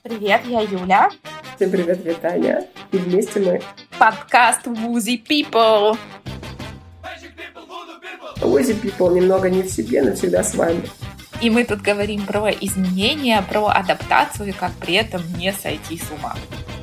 Привет, я Юля. Всем привет, я Таня. И вместе мы подкаст Woozy People. Woozy People немного не в себе, но всегда с вами. И мы тут говорим про изменения, про адаптацию, как при этом не сойти с ума.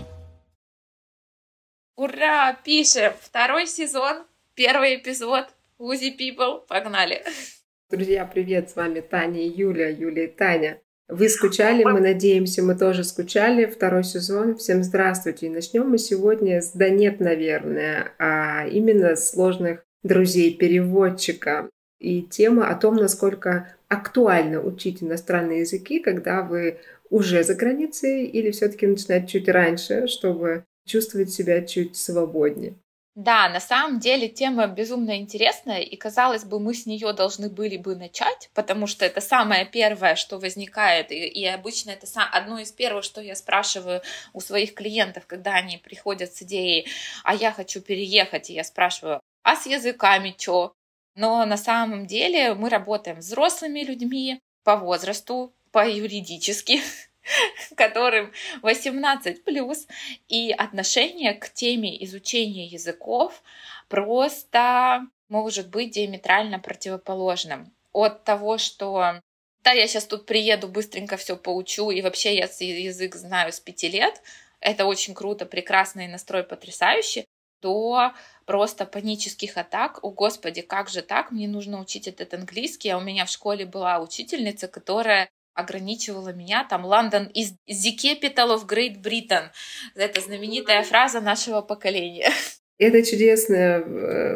Ура! Пишем! 2 сезон, 1 эпизод Woozy People. Погнали! Друзья, привет! С вами Таня и Юля. Юля и Таня. Вы скучали, мы надеемся, мы тоже скучали. 2 сезон. Всем здравствуйте. И начнем мы сегодня с да нет, наверное, а именно с сложных друзей переводчика. И тема о том, насколько актуально учить иностранные языки, когда вы уже за границей или все-таки начинать чуть раньше, чтобы чувствовать себя чуть свободнее. Да, на самом деле тема безумно интересная, и, казалось бы, мы с нее должны были бы начать, потому что это самое первое, что возникает, и обычно это одно из первых, что я спрашиваю у своих клиентов, когда они приходят с идеей, а я хочу переехать, и я спрашиваю, а с языками что? Но на самом деле мы работаем с взрослыми людьми по возрасту, по юридически, которым 18+, и отношение к теме изучения языков просто может быть диаметрально противоположным. От того, что да, я сейчас тут приеду, быстренько все поучу, и вообще я язык знаю с 5 лет, это очень круто, прекрасно и настрой потрясающий, до просто панических атак. О, Господи, как же так? Мне нужно учить этот английский. А у меня в школе была учительница, которая ограничивала меня, там, London is the capital of Great Britain. Это знаменитая фраза нашего поколения. Это чудесно.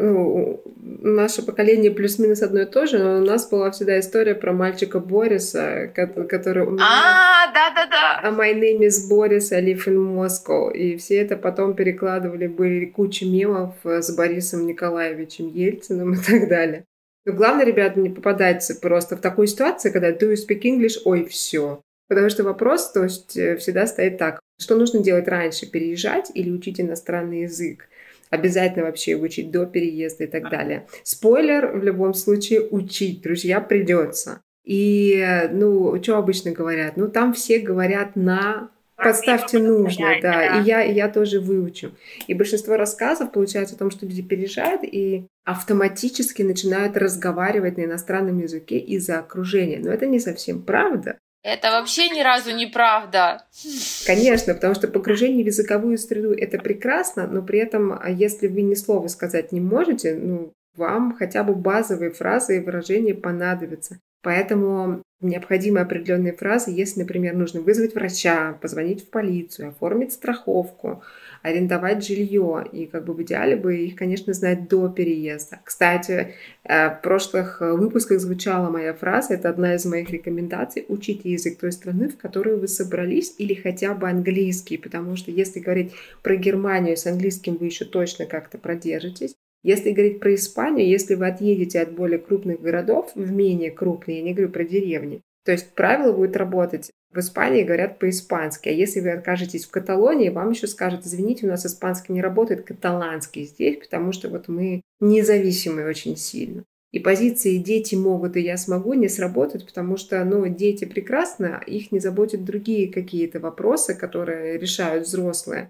Наше поколение плюс-минус одно и то же, но у нас была всегда история про мальчика Бориса, который у меня... да-да-да! My name is Boris, I live in Moscow. И все это потом перекладывали, были куча мемов с Борисом Николаевичем Ельциным и так далее. Но главное, ребята, не попадать просто в такую ситуацию, когда do you speak English? Ой, все. Потому что вопрос, то есть, всегда стоит так. Что нужно делать раньше? Переезжать или учить иностранный язык? Обязательно вообще учить до переезда и так далее. Спойлер, в любом случае, учить, друзья, придется. И, что обычно говорят? Там все говорят на... Подставьте нужное, да. И я тоже выучу. И большинство рассказов получается о том, что люди переезжают и автоматически начинают разговаривать на иностранном языке из-за окружения. Но это не совсем правда. Это вообще ни разу не правда. Конечно, потому что погружение в языковую среду — это прекрасно, но при этом, если вы ни слова сказать не можете, вам хотя бы базовые фразы и выражения понадобятся. Поэтому необходимы определенные фразы, если, например, нужно вызвать врача, позвонить в полицию, оформить страховку, арендовать жилье. И в идеале бы их, конечно, знать до переезда. Кстати, в прошлых выпусках звучала моя фраза, это одна из моих рекомендаций: учите язык той страны, в которую вы собрались, или хотя бы английский, потому что если говорить про Германию, с английским вы еще точно как-то продержитесь. Если говорить про Испанию, если вы отъедете от более крупных городов в менее крупные, я не говорю про деревни, то есть правило будет работать. В Испании говорят по-испански, а если вы окажетесь в Каталонии, вам еще скажут: извините, у нас испанский не работает, каталанский здесь, потому что мы независимые очень сильно. И позиции «дети могут» и «я смогу» не сработают, потому что, дети прекрасно, их не заботят другие какие-то вопросы, которые решают взрослые.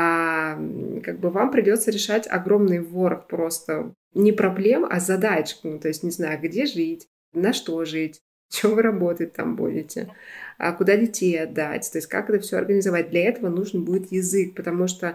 А вам придется решать огромный ворох просто не проблем, а задач. То есть, не знаю, где жить, на что жить, чем вы работать там будете, а куда детей отдать, то есть как это все организовать. Для этого нужен будет язык, потому что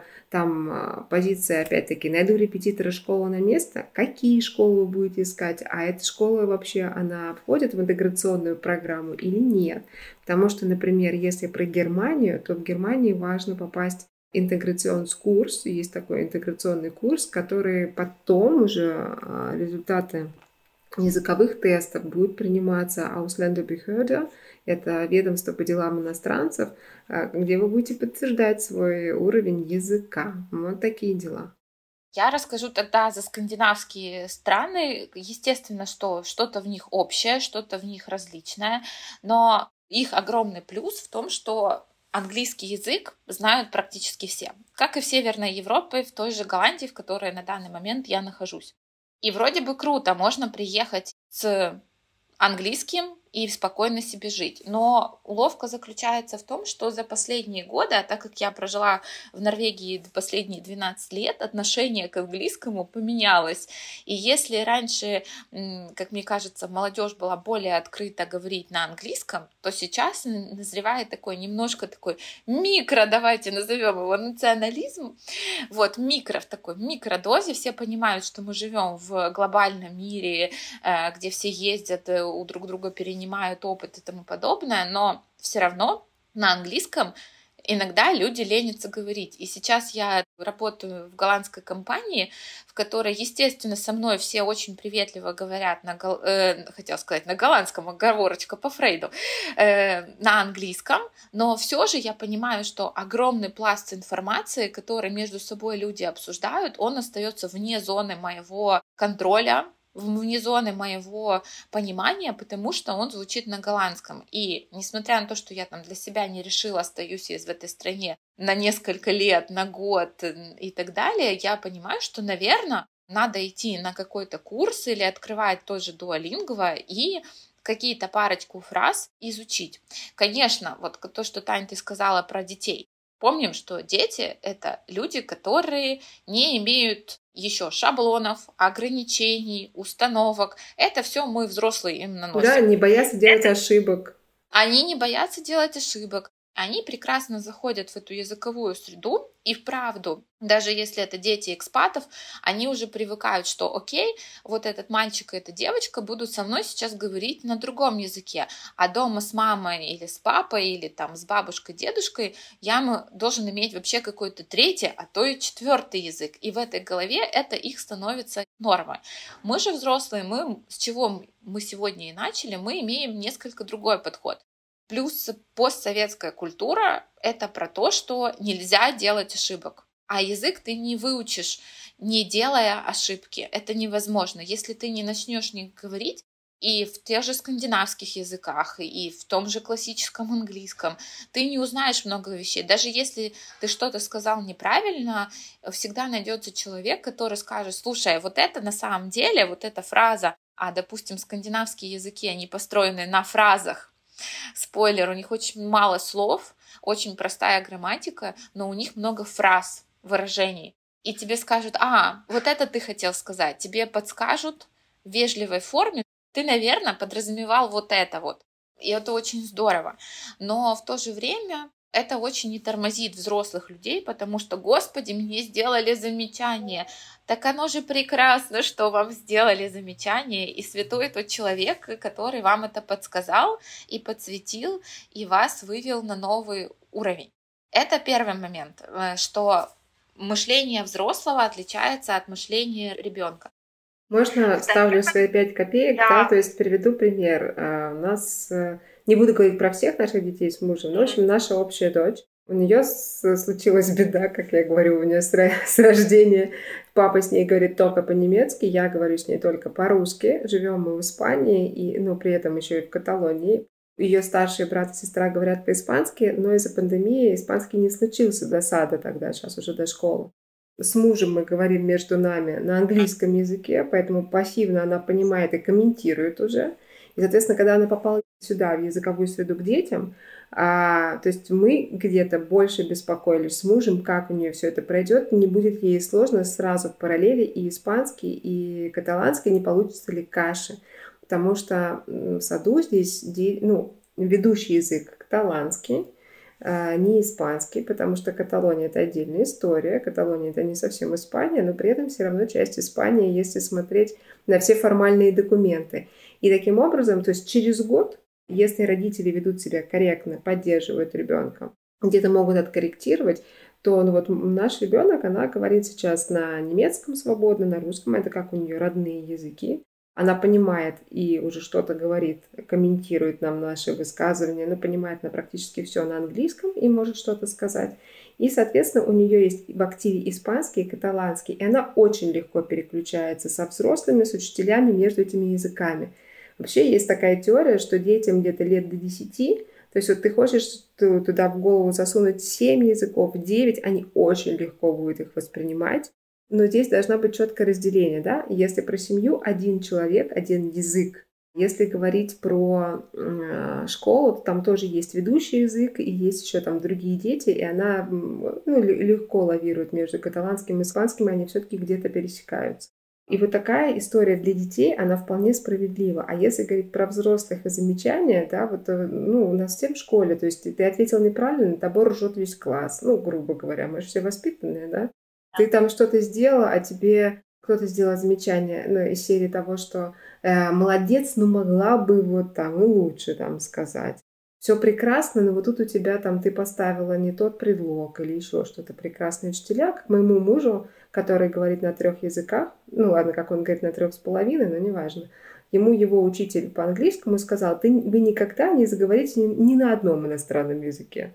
там позиция, опять-таки, найду репетитора, школы на место, какие школы вы будете искать, а эта школа вообще, она входит в интеграционную программу или нет. Потому что, например, если про Германию, то в Германии важно попасть интеграционный курс, есть такой интеграционный курс, который потом уже результаты языковых тестов будут приниматься Ausländerbehörde, это ведомство по делам иностранцев, где вы будете подтверждать свой уровень языка. Вот такие дела. Я расскажу тогда за скандинавские страны. Естественно, что что-то в них общее, что-то в них различное, но их огромный плюс в том, что английский язык знают практически все, как и в Северной Европе, в той же Голландии, в которой на данный момент я нахожусь. И вроде бы круто, можно приехать с английским и спокойно себе жить. Но уловка заключается в том, что за последние годы, а так как я прожила в Норвегии последние 12 лет, отношение к английскому поменялось. И если раньше, как мне кажется, молодежь была более открыта говорить на английском, то сейчас назревает такой немножко такой давайте назовем его национализм. Вот, в такой микродозе. Все понимают, что мы живем в глобальном мире, где все ездят, у друг друга перенимают опыт и тому подобное, но все равно на английском иногда люди ленятся говорить. И сейчас я работаю в голландской компании, в которой, естественно, со мной все очень приветливо говорят хотела сказать на голландском, оговорочка по Фрейду, на английском, но все же я понимаю, что огромный пласт информации, который между собой люди обсуждают, он остается вне зоны моего контроля, вне зоны моего понимания, потому что он звучит на голландском. И несмотря на то, что я там для себя не решила, остаюсь я в этой стране на несколько лет, на год и так далее, я понимаю, что, наверное, надо идти на какой-то курс или открывать тот же Duolingo и какие-то парочку фраз изучить. Конечно, вот то, что, Тань, ты сказала про детей. Помним, что дети — это люди, которые не имеют еще шаблонов, ограничений, установок. Это все мы, взрослые, им наносим. Да, не боятся делать ошибок. Они не боятся делать ошибок. Они прекрасно заходят в эту языковую среду, и вправду, даже если это дети экспатов, они уже привыкают, что окей, вот этот мальчик и эта девочка будут со мной сейчас говорить на другом языке, а дома с мамой или с папой, или там с бабушкой, дедушкой я должен иметь вообще какой-то третий, а то и четвертый язык, и в этой голове это их становится нормой. Мы же взрослые, с чего мы сегодня и начали, мы имеем несколько другой подход. Плюс постсоветская культура — это про то, что нельзя делать ошибок. А язык ты не выучишь, не делая ошибки. Это невозможно. Если ты не начнешь не говорить, и в тех же скандинавских языках, и в том же классическом английском, ты не узнаешь много вещей. Даже если ты что-то сказал неправильно, всегда найдется человек, который скажет: слушай, вот это на самом деле, вот эта фраза, а, допустим, скандинавские языки, они построены на фразах. Спойлер, у них очень мало слов, очень простая грамматика, но у них много фраз, выражений. И тебе скажут: вот это ты хотел сказать. Тебе подскажут в вежливой форме. Ты, наверное, подразумевал вот это вот. И это очень здорово. Но в то же время это очень не тормозит взрослых людей, потому что, Господи, мне сделали замечание. Так оно же прекрасно, что вам сделали замечание, и святой тот человек, который вам это подсказал и подсветил, и вас вывел на новый уровень. Это первый момент, что мышление взрослого отличается от мышления ребенка. Можно ставлю свои 5 копеек, да, то есть приведу пример. У нас, не буду говорить про всех наших детей с мужем, но, в общем, наша общая дочь, у нее случилась беда, как я говорю, у нее с рождения папа с ней говорит только по-немецки, я говорю с ней только по-русски. Живем мы в Испании, и, при этом еще и в Каталонии. Ее старшие брат и сестра говорят по-испански, но из-за пандемии испанский не случился до сада тогда, сейчас уже до школы. С мужем мы говорим между нами на английском языке, поэтому пассивно она понимает и комментирует уже. И, соответственно, когда она попала сюда, в языковую среду к детям, то есть мы где-то больше беспокоились с мужем, как у нее все это пройдет, не будет ей сложно сразу в параллели и испанский, и каталанский, не получится ли каши. Потому что в саду здесь ведущий язык каталанский, не испанский, потому что Каталония — это отдельная история. Каталония — это не совсем Испания, но при этом все равно часть Испании, если смотреть на все формальные документы. И таким образом, то есть через год, если родители ведут себя корректно, поддерживают ребенка, где-то могут откорректировать, то наш ребенок, она говорит сейчас на немецком свободно, на русском, это как у нее родные языки. Она понимает и уже что-то говорит, комментирует нам наши высказывания, но понимает она практически все на английском и может что-то сказать. И, соответственно, у нее есть в активе испанский и каталанский, и она очень легко переключается со взрослыми, с учителями между этими языками. Вообще есть такая теория, что детям где-то лет до 10, то есть ты хочешь туда в голову засунуть 7 языков, 9, они очень легко будут их воспринимать. Но здесь должна быть четкое разделение, да? Если про семью один человек, один язык, Если говорить про школу, то там тоже есть ведущий язык, и есть еще там другие дети, и она легко лавирует между каталанским и испанским, и они все-таки где-то пересекаются. И вот такая история для детей, она вполне справедлива. А если говорить про взрослых и замечания, да, вот, у нас все в школе, то есть ты ответил неправильно, на тобой ржет весь класс, грубо говоря, мы же все воспитанные, да? Ты там что-то сделала, а тебе кто-то сделал замечание, из серии того, что молодец, но могла бы вот там и лучше там сказать. Все прекрасно, но вот тут у тебя там ты поставила не тот предлог или еще что-то. Прекрасные учителя, как моему мужу, который говорит на 3 языках, ладно, как он говорит на 3,5, но неважно. Ему его учитель по английскому сказал: вы никогда не заговорите ни на одном иностранном языке.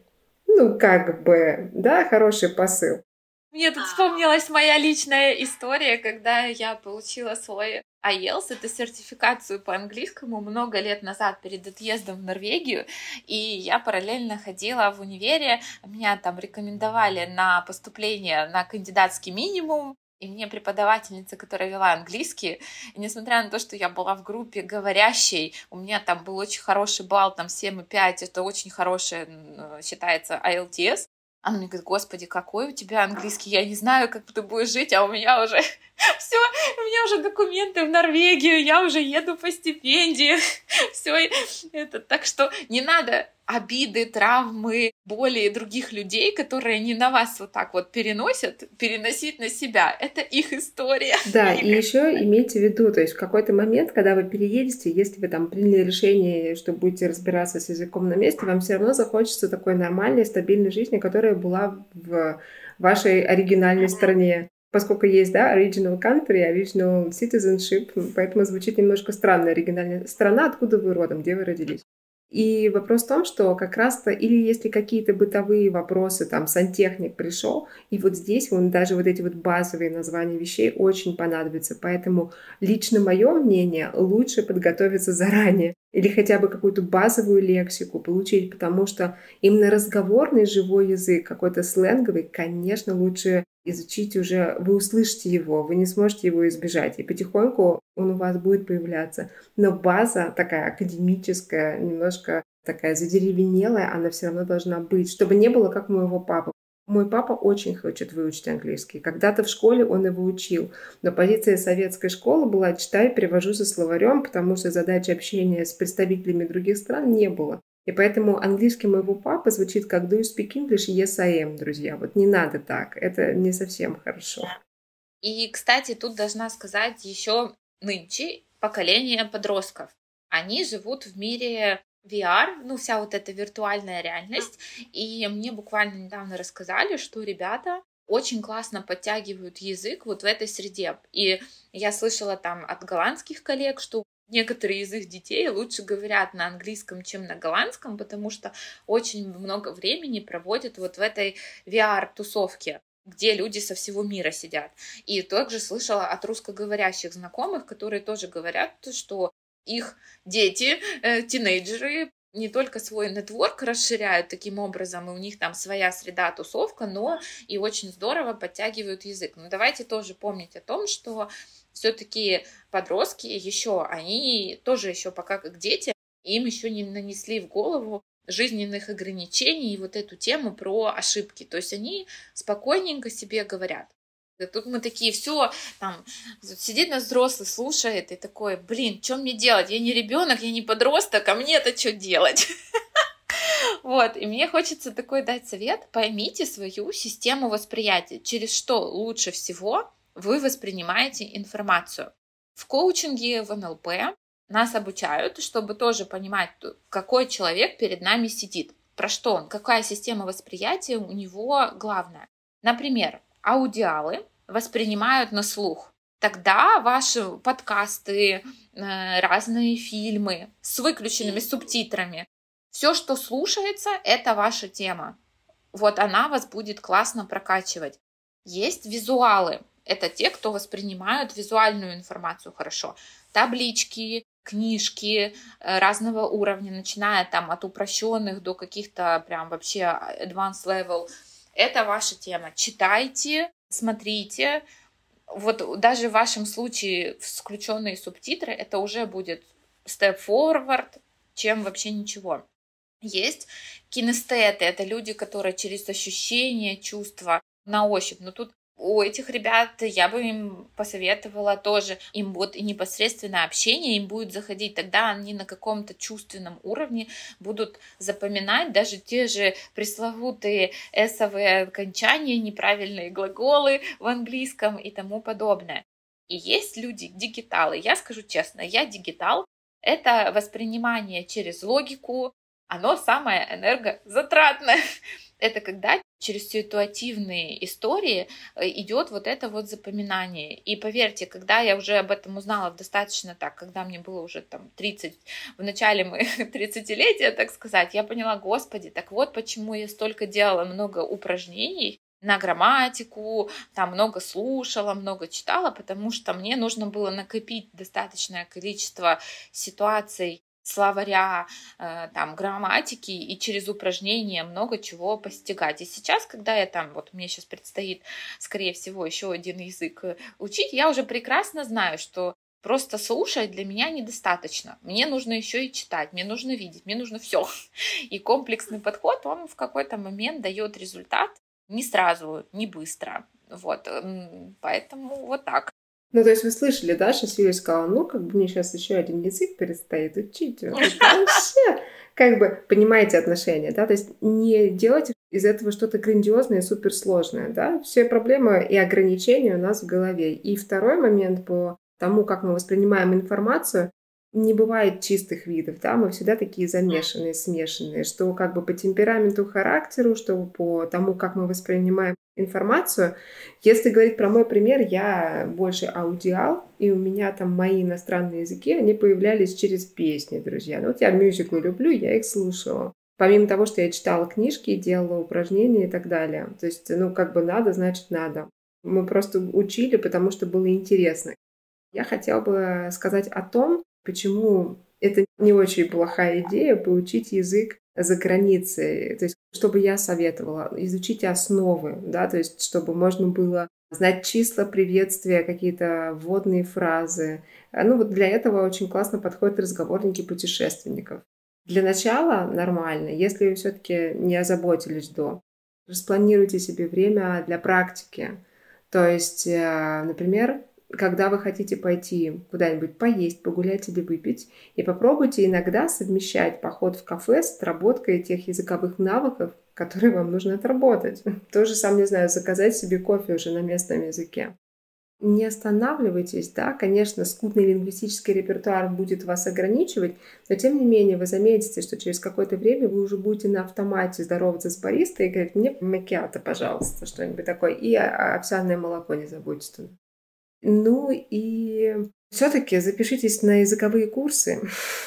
Да, хороший посыл. Мне тут вспомнилась моя личная история, когда я получила свой IELTS, это сертификацию по английскому, много лет назад перед отъездом в Норвегию, и я параллельно ходила в универе, меня там рекомендовали на поступление на кандидатский минимум, и мне преподавательница, которая вела английский, и несмотря на то, что я была в группе говорящей, у меня там был очень хороший балл, там 7,5, это очень хорошее считается IELTS, она мне говорит: господи, какой у тебя английский, я не знаю, как ты будешь жить, а у меня уже все, у меня уже документы в Норвегию, я уже еду по стипендии, все это. Так что не надо обиды, травмы, боли других людей, которые не на вас вот так вот переносить на себя. Это их история. Да, и еще имейте в виду, то есть в какой-то момент, когда вы переедете, если вы там приняли решение, что будете разбираться с языком на месте, вам все равно захочется такой нормальной, стабильной жизни, которая была в вашей оригинальной стране. Поскольку есть, да, original country, original citizenship, поэтому звучит немножко странно, оригинальная страна, откуда вы родом, где вы родились. И вопрос в том, что как раз-то, или если какие-то бытовые вопросы, там, сантехник пришел, и вот здесь даже вот эти вот базовые названия вещей очень понадобятся. Поэтому лично мое мнение, лучше подготовиться заранее или хотя бы какую-то базовую лексику получить, потому что именно разговорный живой язык, какой-то сленговый, конечно, лучше изучить уже, вы услышите его, вы не сможете его избежать, и потихоньку он у вас будет появляться. Но база такая академическая, немножко такая задеревенелая, она все равно должна быть, чтобы не было как у моего папы. Мой папа очень хочет выучить английский. Когда-то в школе он его учил, но позиция советской школы была: читаю, перевожу со словарем, потому что задачи общения с представителями других стран не было. И поэтому английский моего папы звучит как do you speak English? Yes, I am, друзья. Вот не надо так, это не совсем хорошо. И, кстати, тут должна сказать еще нынче поколение подростков. Они живут в мире VR, вся вот эта виртуальная реальность. И мне буквально недавно рассказали, что ребята очень классно подтягивают язык вот в этой среде. И я слышала там от голландских коллег, что некоторые из их детей лучше говорят на английском, чем на голландском, потому что очень много времени проводят вот в этой VR-тусовке, где люди со всего мира сидят. И также слышала от русскоговорящих знакомых, которые тоже говорят, что их дети, тинейджеры, не только свой нетворк расширяют таким образом, и у них там своя среда, тусовка, но и очень здорово подтягивают язык. Но давайте тоже помнить о том, что все-таки подростки они тоже еще пока как дети, им еще не нанесли в голову жизненных ограничений и вот эту тему про ошибки. То есть они спокойненько себе говорят. И тут мы такие, все, там, сидит нас взрослый, слушает, и такой: что мне делать? Я не ребенок, я не подросток, а мне-то что делать? Вот, и мне хочется такой дать совет: поймите свою систему восприятия, через что лучше всего вы воспринимаете информацию. В коучинге, в НЛП нас обучают, чтобы тоже понимать, какой человек перед нами сидит, про что он, какая система восприятия у него главная. Например, аудиалы воспринимают на слух. Тогда ваши подкасты, разные фильмы с выключенными субтитрами, все, что слушается, это ваша тема. Вот она вас будет классно прокачивать. Есть визуалы. Это те, кто воспринимают визуальную информацию хорошо. Таблички, книжки разного уровня, начиная там от упрощенных до каких-то прям вообще advanced level. Это ваша тема. Читайте, смотрите. Вот даже в вашем случае включенные субтитры, это уже будет step forward, чем вообще ничего. Есть кинестеты, это люди, которые через ощущения, чувства, на ощупь. Но тут у этих ребят я бы им посоветовала тоже, им вот и непосредственное общение, им будет заходить, тогда они на каком-то чувственном уровне будут запоминать даже те же пресловутые эсовые окончания, неправильные глаголы в английском и тому подобное. И есть люди, дигиталы, я скажу честно, я дигитал, это воспринимание через логику, оно самое энергозатратное. Это когда через ситуативные истории идет вот это вот запоминание. И поверьте, когда я уже об этом узнала достаточно так, когда мне было уже там 30, в начале моих 30-летия, так сказать, я поняла, господи, так вот почему я столько делала много упражнений на грамматику, там много слушала, много читала, потому что мне нужно было накопить достаточное количество ситуаций, словаря, там, грамматики и через упражнения много чего постигать. И сейчас, когда я там, вот мне сейчас предстоит, скорее всего, еще один язык учить, я уже прекрасно знаю, что просто слушать для меня недостаточно. Мне нужно еще и читать, мне нужно видеть, мне нужно все. И комплексный подход, он в какой-то момент дает результат не сразу, не быстро. Вот, поэтому вот так. Ну, то есть вы слышали, да, что Юля сказала, ну, как бы мне сейчас еще один язык предстоит учить. Вообще, как бы, понимаете отношения, да, то есть не делайте из этого что-то грандиозное и суперсложное, да, все проблемы и ограничения у нас в голове. И второй момент по тому, как мы воспринимаем информацию, не бывает чистых видов, да, мы всегда такие замешанные, смешанные, что как бы по темпераменту, характеру, что по тому, как мы воспринимаем информацию. Если говорить про мой пример, я больше аудиал, и у меня там мои иностранные языки, они появлялись через песни, друзья. Ну, вот я мюзиклы люблю, я их слушала. Помимо того, что я читала книжки, делала упражнения и так далее. То есть, ну, как бы надо, значит, надо. Мы просто учили, потому что было интересно. Я хотела бы сказать о том, почему это не очень плохая идея поучить язык за границей. То есть, чтобы я советовала, изучите основы, да, то есть, чтобы можно было знать числа, приветствия, какие-то вводные фразы. Ну, вот для этого очень классно подходят разговорники путешественников. Для начала нормально, если вы все-таки не озаботились до. Распланируйте себе время для практики. То есть, например, когда вы хотите пойти куда-нибудь поесть, погулять или выпить, и попробуйте иногда совмещать поход в кафе с отработкой тех языковых навыков, которые вам нужно отработать. Тоже сам, не знаю, заказать себе кофе уже на местном языке. Не останавливайтесь, да, конечно, скудный лингвистический репертуар будет вас ограничивать, но тем не менее вы заметите, что через какое-то время вы уже будете на автомате здороваться с баристой и говорить, мне макиато, пожалуйста, что-нибудь такое, и овсяное молоко не забудьте туда. Ну и все-таки запишитесь на языковые курсы,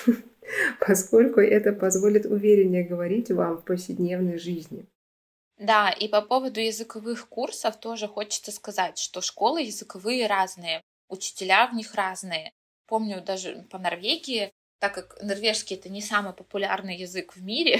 поскольку это позволит увереннее говорить вам в повседневной жизни. Да, и по поводу языковых курсов тоже хочется сказать, что школы языковые разные, учителя в них разные. Помню даже по Норвегии, так как норвежский это не самый популярный язык в мире,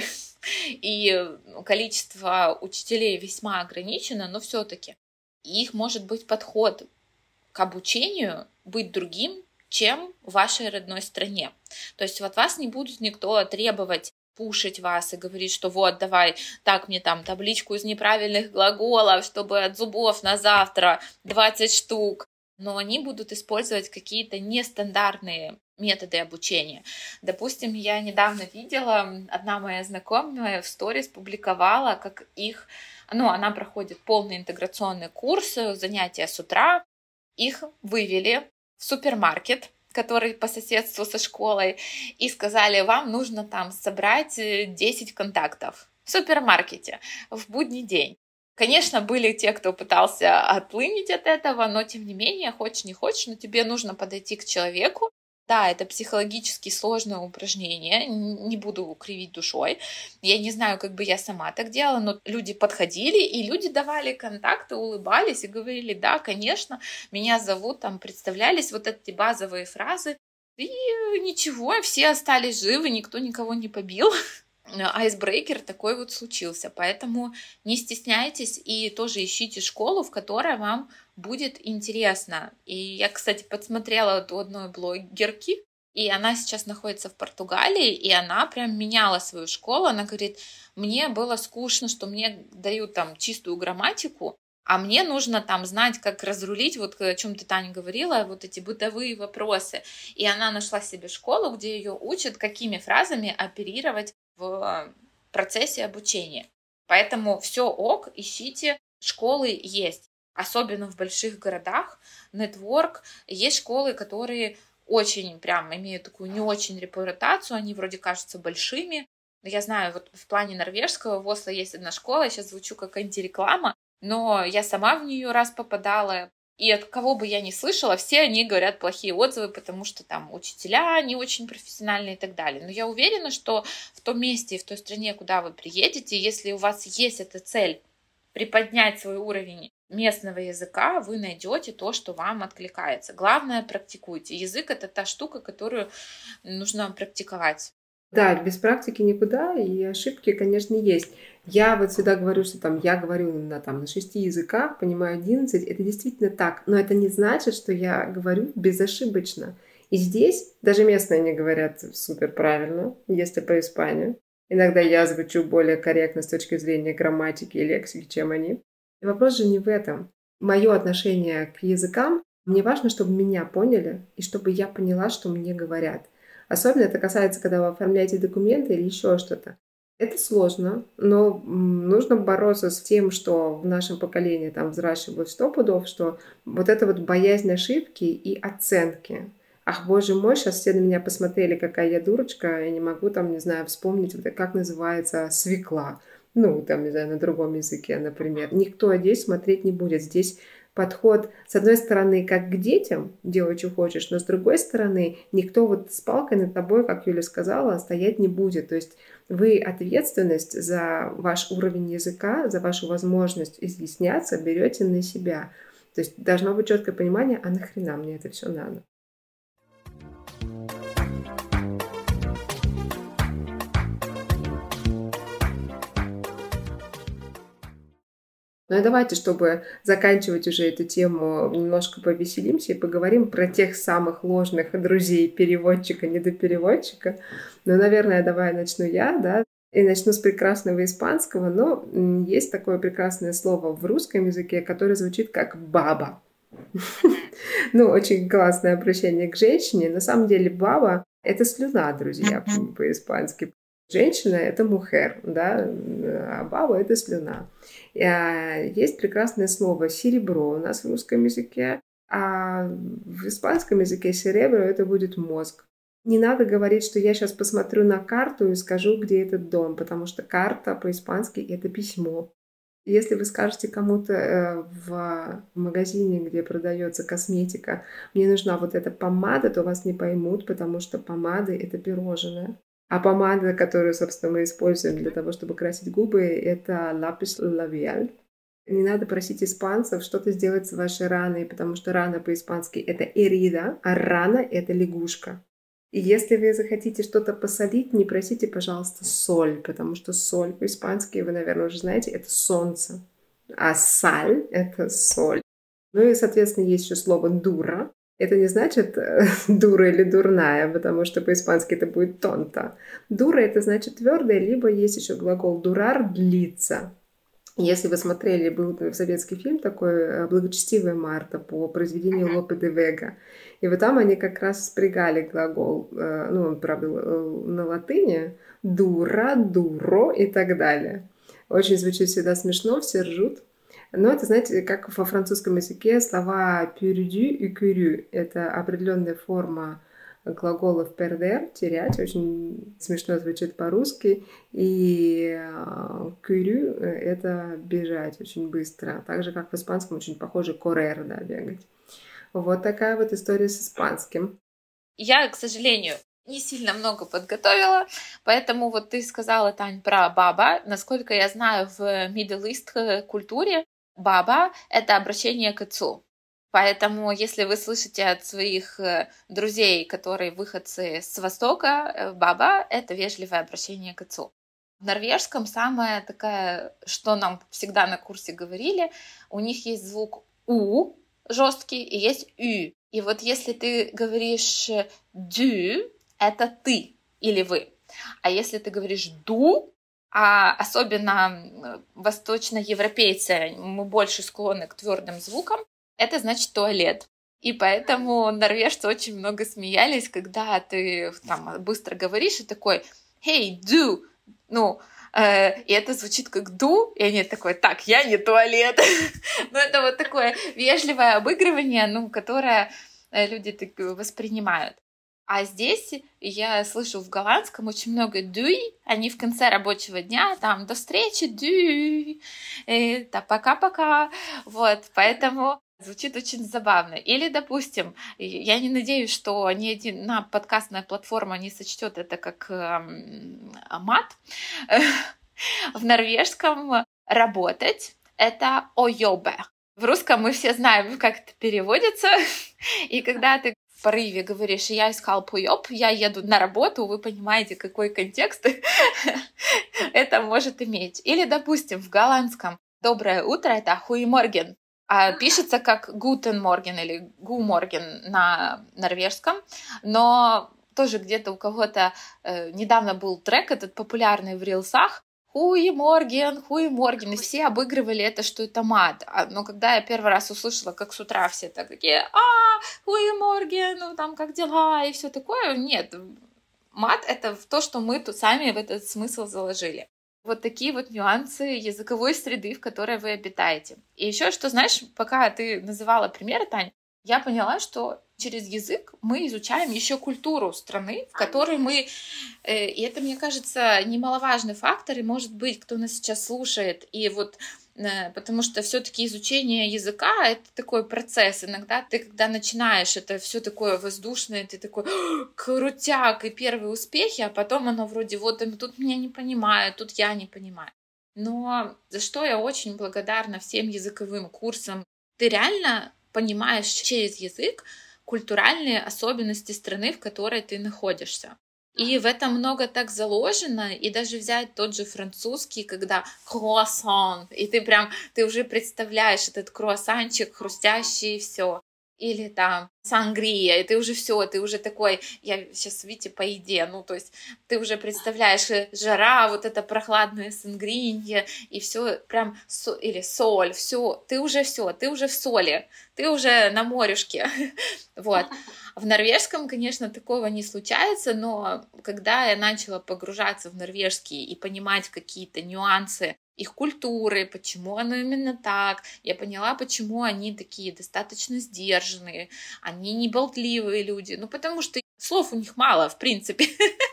и количество учителей весьма ограничено, но все-таки их может быть подход к обучению быть другим, чем в вашей родной стране. То есть от вас не будет никто требовать пушить вас и говорить, что вот, давай, так мне там табличку из неправильных глаголов, чтобы от зубов на завтра 20 штук. Но они будут использовать какие-то нестандартные методы обучения. Допустим, я недавно видела, одна моя знакомая в сторис публиковала, как их, она проходит полный интеграционный курс, занятия с утра, их вывели в супермаркет, который по соседству со школой, и сказали, вам нужно там собрать 10 контактов в супермаркете в будний день. Конечно, были те, кто пытался отлынить от этого, но тем не менее, хочешь не хочешь, но тебе нужно подойти к человеку. Да, это психологически сложное упражнение, не буду кривить душой. Я не знаю, как бы я сама так делала, но люди подходили, и люди давали контакты, улыбались и говорили, да, конечно, меня зовут, там представлялись вот эти базовые фразы. И ничего, все остались живы, никто никого не побил. Айсбрейкер такой вот случился, поэтому не стесняйтесь и тоже ищите школу, в которой вам будет интересно. И я, кстати, подсмотрела у одной блогерки, И она сейчас находится в Португалии, и она прям меняла свою школу. Она говорит, мне было скучно, что мне дают там чистую грамматику, а мне нужно там знать, как разрулить, вот о чем ты, Таня, говорила, вот эти бытовые вопросы. И она нашла себе школу, где ее учат, какими фразами оперировать в процессе обучения. Поэтому все ок, ищите, школы есть. Особенно в больших городах, нетворк, есть школы, которые очень прям имеют такую не очень репутацию, они вроде кажутся большими. Но я знаю, вот в плане норвежского в Осло есть одна школа, я сейчас звучу как антиреклама, но я сама в нее раз попадала, и от кого бы я ни слышала, все они говорят плохие отзывы, потому что там учителя не очень профессиональные и так далее. Но я уверена, что в том месте и в той стране, куда вы приедете, если у вас есть эта цель приподнять свой уровень местного языка, вы найдете то, что вам откликается. Главное, практикуйте. Язык — это та штука, которую нужно практиковать. Да, без практики никуда, и ошибки, конечно, есть. Я вот всегда говорю, что там я говорю на 6 языках, понимаю 11, это действительно так, но это не значит, что я говорю безошибочно. И здесь даже местные не говорят супер правильно, если по Испании. Иногда я звучу более корректно с точки зрения грамматики и лексики, чем они. И вопрос же не в этом. Мое отношение к языкам, мне важно, чтобы меня поняли, и чтобы я поняла, что мне говорят. Особенно это касается, когда вы оформляете документы или еще что-то. Это сложно, но нужно бороться с тем, что в нашем поколении там взращивают 100 пудов, что вот это вот боязнь ошибки и оценки. Ах, боже мой, сейчас все на меня посмотрели, какая я дурочка, я не могу там, не знаю, вспомнить, вот, как называется свекла. Ну, там, не знаю, на другом языке, например. Никто здесь смотреть не будет. Здесь подход, с одной стороны, как к детям, делай, что хочешь, но с другой стороны, никто вот с палкой над тобой, как Юля сказала, стоять не будет. То есть вы ответственность за ваш уровень языка, за вашу возможность изъясняться берете на себя. То есть должно быть четкое понимание, а нахрена мне это все надо. Ну и давайте, чтобы заканчивать уже эту тему, немножко повеселимся и поговорим про тех самых ложных друзей переводчика, недопереводчика. Ну, наверное, давай начну я, да, и начну с прекрасного испанского, но есть такое прекрасное слово в русском языке, которое звучит как «баба». Ну, очень классное обращение к женщине. На самом деле баба — это слюна, друзья, по-испански. Женщина — это мухер, да, а баба — это слюна. Есть прекрасное слово «серебро» у нас в русском языке, а в испанском языке «серебро» — это будет мозг. Не надо говорить, что я сейчас посмотрю на карту и скажу, где этот дом, потому что карта по-испански — это письмо. Если вы скажете кому-то в магазине, где продается косметика, мне нужна вот эта помада, то вас не поймут, потому что помады — это пирожное. А помада, которую, собственно, мы используем для того, чтобы красить губы, это lápiz labial. Не надо просить испанцев что-то сделать с вашей раной, потому что рана по-испански — это herida, а рана — это лягушка. И если вы захотите что-то посолить, не просите, пожалуйста, соль, потому что соль по-испански, вы, наверное, уже знаете, это солнце, а саль — это соль. Ну и, соответственно, есть еще слово «дура». Это не значит дура или дурная, потому что по-испански это будет тонта. Дура — это значит твердая, либо есть еще глагол «дурар» — длиться. Если вы смотрели, был советский фильм такой «Благочестивая Марта» по произведению Лопе де Вега. И вот там они как раз спрягали глагол, ну, он, правда, на латыни, «дура», «дуро» и так далее. Очень звучит всегда смешно, все ржут. Но это, знаете, как во французском языке слова «perdu» и «curu». Это определенная форма глаголов «perder» — терять, очень смешно звучит по-русски. И «curu» — это бежать очень быстро. Так же, как в испанском очень похоже «correr», да, бегать. Вот такая вот история с испанским. Я, к сожалению, не сильно много подготовила, поэтому вот ты сказала, Тань, про баба. Насколько я знаю, в Middle East культуре баба — это обращение к отцу. Поэтому, если вы слышите от своих друзей, которые выходцы с Востока, баба — это вежливое обращение к отцу. В норвежском самое такая, что нам всегда на курсе говорили, у них есть звук «у» жесткий и есть «ü». И вот если ты говоришь du, это ты или вы. А если ты говоришь du, а особенно восточноевропейцы, мы больше склонны к твердым звукам, это значит туалет. И поэтому норвежцы очень много смеялись, когда ты там быстро говоришь и такой «Hey, do!» Ну, и это звучит как «do», и они такой «Так, я не туалет». Ну, это вот такое вежливое обыгрывание, ну, которое люди так воспринимают. А здесь я слышу в голландском очень много «дуй», они в конце рабочего дня, там «до встречи, дуй», это «пока-пока», вот, поэтому звучит очень забавно. Или, допустим, я не надеюсь, что ни одна подкастная платформа не сочтет это как мат. В норвежском «работать» — это «ойобе». В русском мы все знаем, как это переводится, и когда ты в порыве говоришь «я искал пуёб», «я еду на работу», вы понимаете, какой контекст это может иметь. Или, допустим, в голландском «доброе утро» — это «хуиморген», а пишется как «гутен морген» или «гу морген» на норвежском, но тоже где-то у кого-то недавно был трек этот популярный в рилсах, хуи морген, и все обыгрывали это, что это мат. Но когда я первый раз услышала, как с утра все так такие, хуи морген, ну там как дела и все такое, нет, мат — это то, что мы тут сами в этот смысл заложили. Вот такие вот нюансы языковой среды, в которой вы обитаете. И еще что, знаешь, пока ты называла примеры, Тань, я поняла, что через язык мы изучаем еще культуру страны, в которой мы... И это, мне кажется, немаловажный фактор, и, может быть, кто нас сейчас слушает, и вот потому что все-таки изучение языка — это такой процесс. Иногда ты, когда начинаешь, это все такое воздушное, ты такой крутяк и первые успехи, а потом оно вроде вот тут меня не понимают, тут я не понимаю. Но за что я очень благодарна всем языковым курсам. Ты реально понимаешь через язык культуральные особенности страны, в которой ты находишься. И в этом много так заложено, и даже взять тот же французский, когда круассан, и ты уже представляешь этот круассанчик хрустящий, все. Или там сангрия, и ты уже все, ты уже такой, я сейчас, видите, по еде, ну, то есть ты уже представляешь жара, вот это прохладное сангринье, и все прям, или соль, все, ты уже в соли, ты уже на морюшке, вот. В норвежском, конечно, такого не случается, но когда я начала погружаться в норвежский и понимать какие-то нюансы их культуры, почему оно именно так, я поняла, почему они такие достаточно сдержанные, они не болтливые люди, ну потому что слов у них мало, в принципе,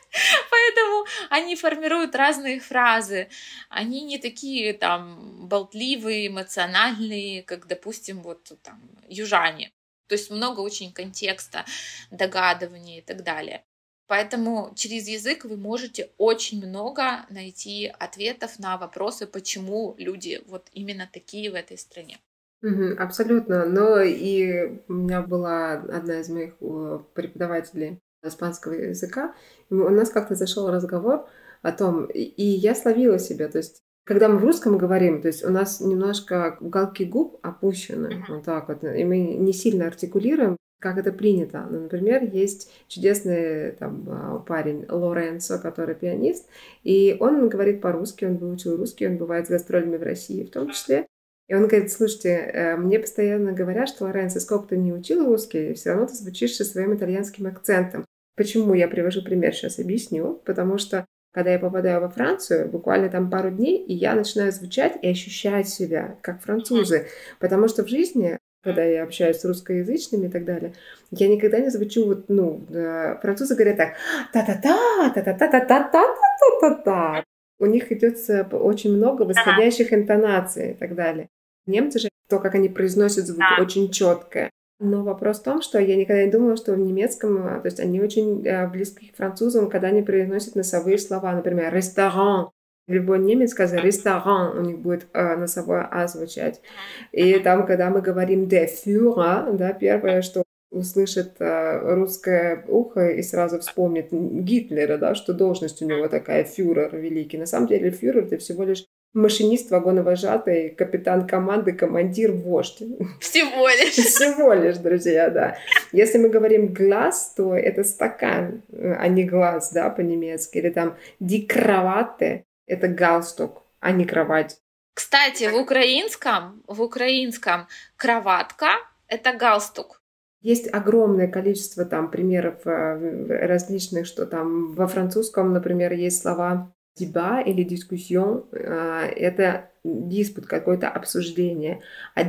поэтому они формируют разные фразы, они не такие там болтливые, эмоциональные, как, допустим, вот там южане. То есть много очень контекста, догадывания и так далее. Поэтому через язык вы можете очень много найти ответов на вопросы, почему люди вот именно такие в этой стране. Абсолютно. Но и у меня была одна из моих преподавателей испанского языка, и у нас как-то зашел разговор о том, и я словила себя, то есть когда мы в русском говорим, то есть у нас немножко уголки губ опущены, вот так вот, и мы не сильно артикулируем, как это принято. Ну, например, есть чудесный там парень Лоренцо, который пианист, и он говорит по-русски, он выучил русский, он бывает с гастролями в России в том числе. И он говорит, слушайте, мне постоянно говорят, что, Лоренцо, сколько ты не учил русский, все равно ты звучишь со своим итальянским акцентом. Почему я привожу пример, сейчас объясню. Потому что, когда я попадаю во Францию, буквально там пару дней, и я начинаю звучать и ощущать себя как французы. Потому что в жизни, когда я общаюсь с русскоязычными и так далее, я никогда не звучу вот, французы говорят так, та-та-та, та-та-та-та-та-та-та-та-та. У них идет очень много восходящих интонаций и так далее. Немцы же, то, как они произносят звук, очень четко. Но вопрос в том, что я никогда не думала, что в немецком, то есть они очень близки к французам, когда они произносят носовые слова. Например, ресторан. Любой немец сказал ресторан, у них будет носовое «а» звучать. И там, когда мы говорим «der Führer», да, первое, что услышит русское ухо и сразу вспомнит Гитлера, да, что должность у него такая, фюрер великий. На самом деле фюрер — это всего лишь Машинист, вагоновожатый, капитан команды, командир, вождь. Всего лишь. Всего лишь, друзья, да. Если мы говорим глаз, то это стакан, а не глаз, да, по-немецки. Или там die Krawatte — это галстук, а не кровать. Кстати, в украинском кроватка — это галстук. Есть огромное количество там примеров различных, что там во французском, например, есть слова débat или discussion, это диспут, какое-то обсуждение. А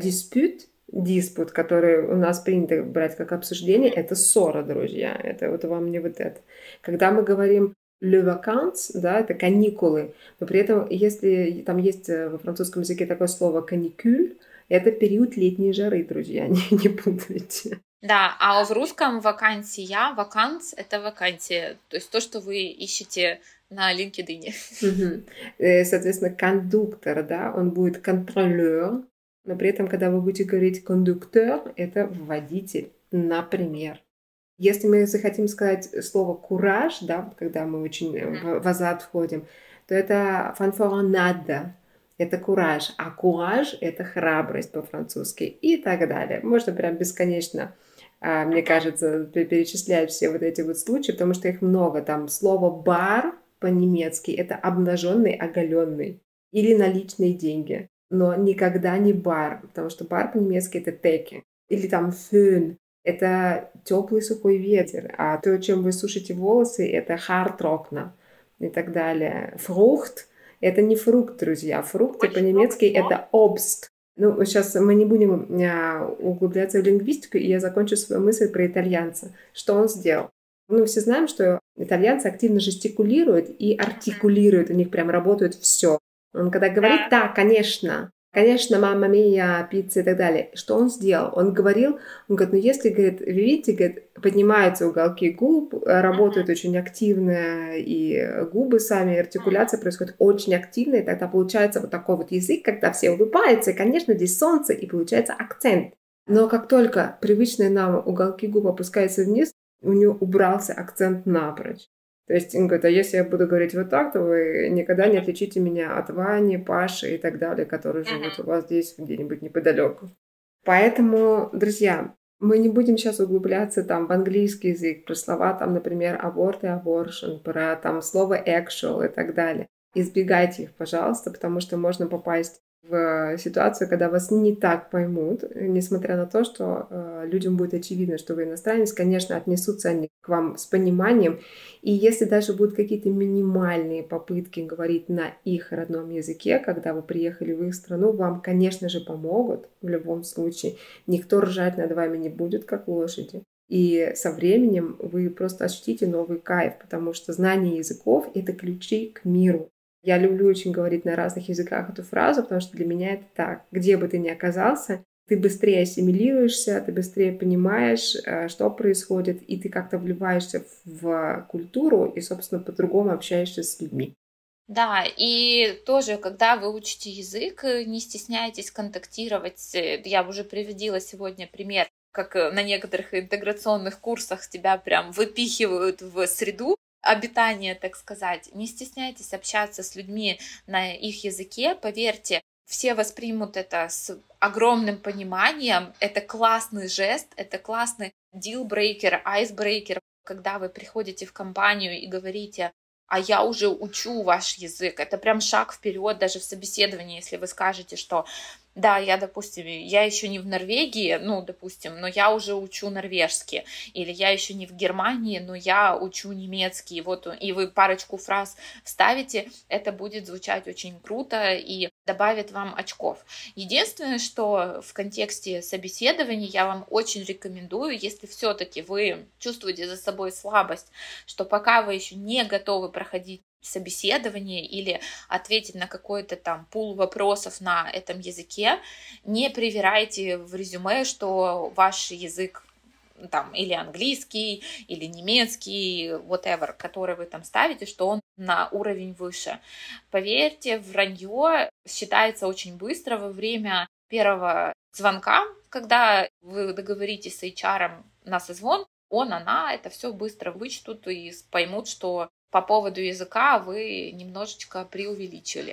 диспут, который у нас принято брать как обсуждение, это ссора, друзья. Это вот вам не вот это. Когда мы говорим le vacances, да, это каникулы, но при этом, если там есть во французском языке такое слово canicule, это период летней жары, друзья, не путайте. Да, а в русском ваканс — это вакансия, то есть то, что вы ищете на LinkedIn. Соответственно, кондуктор, да, он будет контролер, но при этом, когда вы будете говорить кондуктор, это водитель, например. Если мы захотим сказать слово кураж, да, вот когда мы очень в азарт входим, то это fanfaronade, это кураж, а кураж — это храбрость по-французски и так далее. Можно прям бесконечно, мне кажется, перечислять все вот эти вот случаи, потому что их много. Там слово бар по-немецки — это обнаженный, оголенный или наличные деньги, но никогда не бар, потому что бар по-немецки — это теки. Или там фön — это теплый сухой ветер, а то, чем вы сушите волосы, это Haartrockner и так далее. Фрукт — это не фрукт, друзья. Фрукты по-немецки — это Obst. Ну, сейчас мы не будем углубляться в лингвистику, и я закончу свою мысль про итальянца. Что он сделал? Ну, все знаем, что итальянцы активно жестикулируют и артикулируют, у них прям работает все. Он когда говорит, да, конечно, мамма мия, пицца и так далее. Что он сделал? Он говорит, ну если, говорит, вы видите, говорит, поднимаются уголки губ, работают очень активно, и губы сами, артикуляция происходит очень активно, и тогда получается вот такой вот язык, когда все улыбаются, и, конечно, здесь солнце, и получается акцент. Но как только привычные нам уголки губ опускаются вниз, у него убрался акцент напрочь. То есть он говорит, а если я буду говорить вот так, то вы никогда не отличите меня от Вани, Паши и так далее, которые живут у вас здесь где-нибудь неподалеку. Поэтому, друзья, мы не будем сейчас углубляться там в английский язык, про слова там, например, аборт и abortion, про там слово actual и так далее. Избегайте их, пожалуйста, потому что можно попасть в ситуацию, когда вас не так поймут, несмотря на то, что людям будет очевидно, что вы иностранец, конечно, отнесутся они к вам с пониманием, и если даже будут какие-то минимальные попытки говорить на их родном языке, когда вы приехали в их страну, вам, конечно же, помогут в любом случае, никто ржать над вами не будет, как лошади. И со временем вы просто ощутите новый кайф, потому что знание языков — это ключи к миру. Я люблю очень говорить на разных языках эту фразу, потому что для меня это так. Где бы ты ни оказался, ты быстрее ассимилируешься, ты быстрее понимаешь, что происходит, и ты как-то вливаешься в культуру и, собственно, по-другому общаешься с людьми. Да, и тоже, когда вы учите язык, не стесняйтесь контактировать. Я уже приводила сегодня пример, как на некоторых интеграционных курсах тебя прям выпихивают в среду обитания, так сказать. Не стесняйтесь общаться с людьми на их языке. Поверьте, все воспримут это с огромным пониманием. Это классный жест, это классный дилбрейкер, айсбрейкер, когда вы приходите в компанию и говорите: а я уже учу ваш язык. Это прям шаг вперед даже в собеседовании, если вы скажете, что да, допустим, я еще не в Норвегии, допустим, но я уже учу норвежский, или я еще не в Германии, но я учу немецкий, вот, и вы парочку фраз вставите, это будет звучать очень круто и добавит вам очков. Единственное, что в контексте собеседования я вам очень рекомендую, если все-таки вы чувствуете за собой слабость, что пока вы еще не готовы проходить собеседование или ответить на какой-то там пул вопросов на этом языке, не привирайте в резюме, что ваш язык там или английский, или немецкий, whatever, который вы там ставите, что он на уровень выше. Поверьте, вранье считается очень быстро во время первого звонка, когда вы договоритесь с HR на созвон, она это все быстро вычтут и поймут, что по поводу языка вы немножечко преувеличили.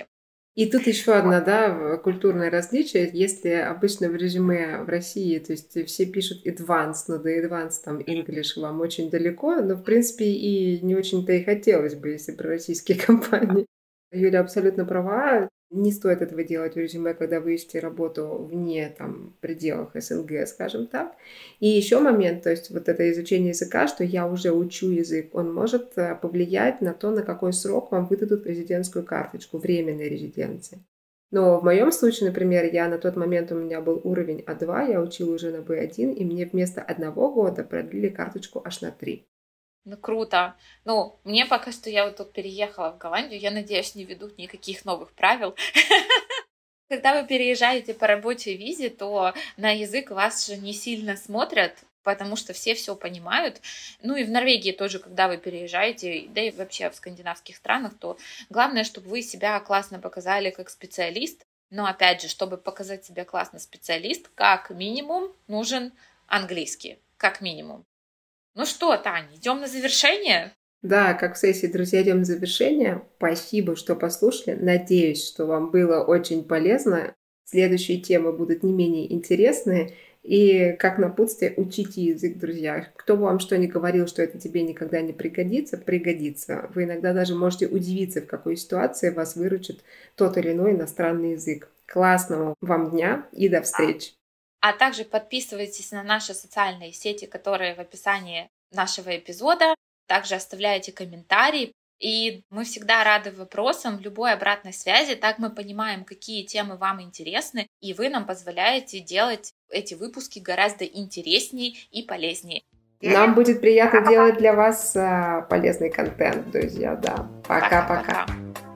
И тут еще одна, да, культурное различие. Если обычно в резюме в России, то есть все пишут advanced, но до advanced там English вам очень далеко, но в принципе и не очень-то и хотелось бы, если про российские компании. Юля абсолютно права. Не стоит этого делать в резюме, когда вы ищете работу вне там пределах СНГ, скажем так. И еще момент, то есть вот это изучение языка, что я уже учу язык, он может повлиять на то, на какой срок вам выдадут резидентскую карточку, временной резиденции. Но в моем случае, например, я на тот момент у меня был уровень А2, я учила уже на Б1, и мне вместо 1 года продлили карточку аж на 3. Ну, круто. Ну, мне пока что я вот тут переехала в Голландию, я надеюсь, не ведут никаких новых правил. Когда вы переезжаете по рабочей визе, то на язык вас же не сильно смотрят, потому что все понимают. Ну и в Норвегии тоже, когда вы переезжаете, да и вообще в скандинавских странах, то главное, чтобы вы себя классно показали как специалист. Но опять же, чтобы показать себя классно специалист, как минимум нужен английский, как минимум. Ну что, Таня, идем на завершение? Да, как в сессии, друзья, идем на завершение. Спасибо, что послушали. Надеюсь, что вам было очень полезно. Следующие темы будут не менее интересные. И как напутствие, учите язык, друзья. Кто бы вам что ни говорил, что это тебе никогда не пригодится, пригодится. Вы иногда даже можете удивиться, в какой ситуации вас выручит тот или иной иностранный язык. Классного вам дня и до встречи. А также подписывайтесь на наши социальные сети, которые в описании нашего эпизода. Также оставляйте комментарии. И мы всегда рады вопросам, любой обратной связи. Так мы понимаем, какие темы вам интересны, и вы нам позволяете делать эти выпуски гораздо интереснее и полезнее. Нам будет приятно делать для вас полезный контент, друзья. Да. Пока-пока.